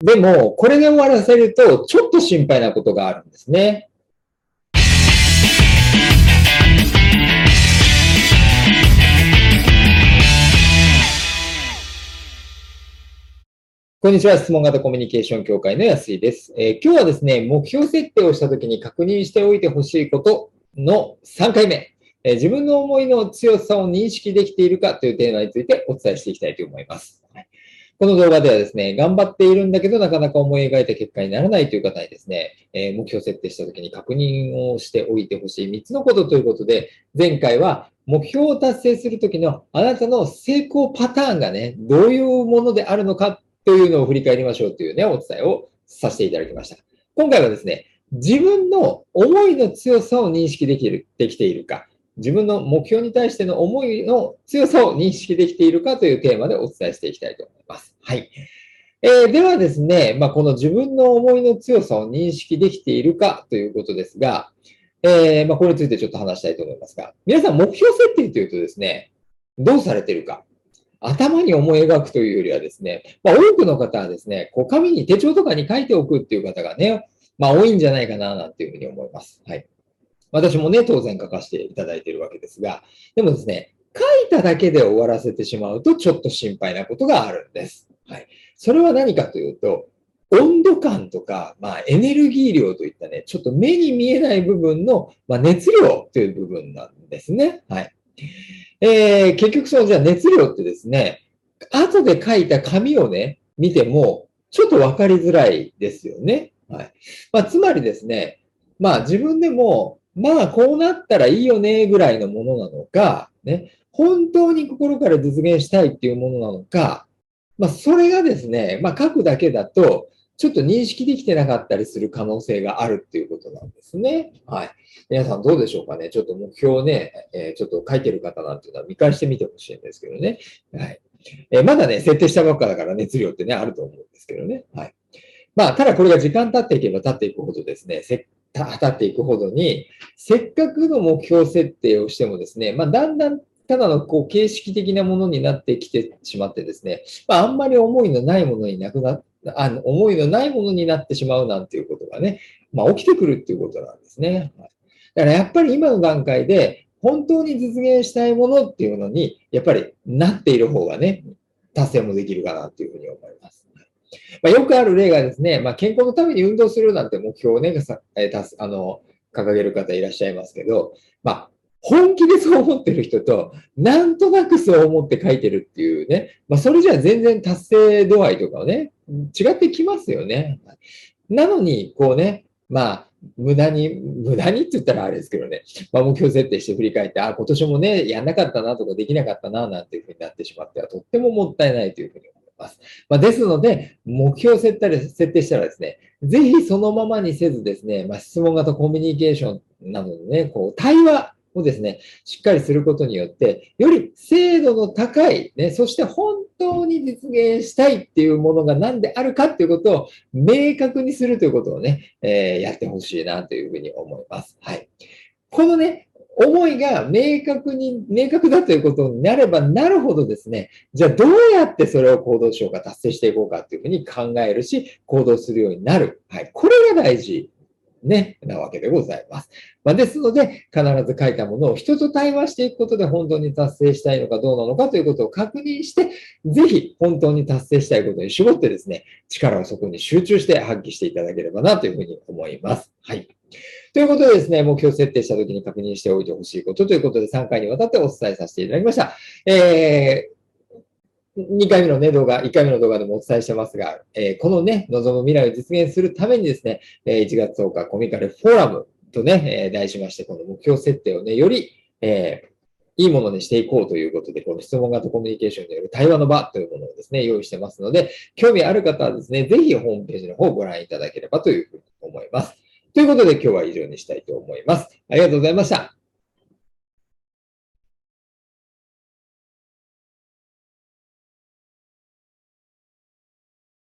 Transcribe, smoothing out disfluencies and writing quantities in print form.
でも、これで終わらせると、ちょっと心配なことがあるんですね。こんにちは。質問型コミュニケーション協会の安井です。今日はですね、目標設定をしたときに確認しておいてほしいことの3回目。自分の思いの強さを認識できているかというテーマについてお伝えしていきたいと思います。この動画ではですね、頑張っているんだけどなかなか思い描いた結果にならないという方にですね、目標設定したときに確認をしておいてほしい3つのことということで、前回は目標を達成するときのあなたの成功パターンがね、どういうものであるのかというのを振り返りましょうというね、お伝えをさせていただきました。今回はですね、自分の思いの強さを認識できているか、自分の目標に対しての思いの強さを認識できているかというテーマでお伝えしていきたいと思います。はい。ではですね、この自分の思いの強さを認識できているかということですが、これについてちょっと話したいと思いますが、皆さん目標設定というとですね、どうされているか。頭に思い描くというよりはですね、多くの方はですね、紙に手帳とかに書いておくっていう方がね、多いんじゃないかな、なんていうふうに思います。はい。私もね、当然書かせていただいているわけですが、でもですね、書いただけで終わらせてしまうと、ちょっと心配なことがあるんです。はい。それは何かというと、温度感とか、エネルギー量といったね、ちょっと目に見えない部分の、熱量という部分なんですね。はい。結局じゃあ熱量ってですね、後で書いた紙をね、見ても、ちょっとわかりづらいですよね。はい。つまりですね、自分でも、こうなったらいいよね、ぐらいのものなのか、ね、本当に心から実現したいっていうものなのか、それがですね、書くだけだと、ちょっと認識できてなかったりする可能性があるっていうことなんですね。はい。皆さんどうでしょうかね。ちょっと目標をね、ちょっと書いてる方なんていうのは見返してみてほしいんですけどね。はい。まだね、設定したばっかだから熱量ってね、あると思うんですけどね。はい。ただこれが時間経っていけば経っていくほどですね、経っていくほどに、せっかくの目標設定をしてもですね、だんだんただの形式的なものになってきてしまってですね、あんまり思いのないものに思いのないものになってしまうなんていうことがね、起きてくるっていうことなんですね。だからやっぱり今の段階で、本当に実現したいものっていうのに、やっぱりなっている方がね、達成もできるかなというふうに思います。よくある例がですね、健康のために運動するなんて目標をね、掲げる方いらっしゃいますけど、本気でそう思ってる人と、なんとなくそう思って書いてるっていうね、それじゃ全然達成度合いとかはね、違ってきますよね。なのに、無駄にって言ったらあれですけどね、目標設定して振り返って、今年もね、やんなかったなとかできなかったな、なんていうふうになってしまっては、とってももったいないというふうに思います。ですので、目標設定したらですね、ぜひそのままにせずですね、質問型コミュニケーションなどのね、対話をですね、しっかりすることによって、より精度の高い、ね、そして本当に実現したいっていうものが何であるかっていうことを明確にするということをね、やってほしいなというふうに思います。はい。このね、思いが明確だということになればなるほどですね、じゃあどうやってそれを行動しようか、達成していこうかというふうに考えるし、行動するようになる。はい。これが大事ね、なわけでございます。ですので、必ず書いたものを人と対話していくことで本当に達成したいのかどうなのかということを確認して、ぜひ本当に達成したいことに絞ってですね、力をそこに集中して発揮していただければなというふうに思います。はい。ということでですね、目標設定したときに確認しておいてほしいことということで3回にわたってお伝えさせていただきました。2回目のね、1回目の動画でもお伝えしてますが、このね、望む未来を実現するためにですね、1月10日コミカルフォーラムとね、題しまして、この目標設定をね、より、いいものにしていこうということで、この質問型コミュニケーションによる対話の場というものをですね、用意してますので、興味ある方はですね、ぜひホームページの方をご覧いただければというふうに思います。ということで今日は以上にしたいと思います。ありがとうございました。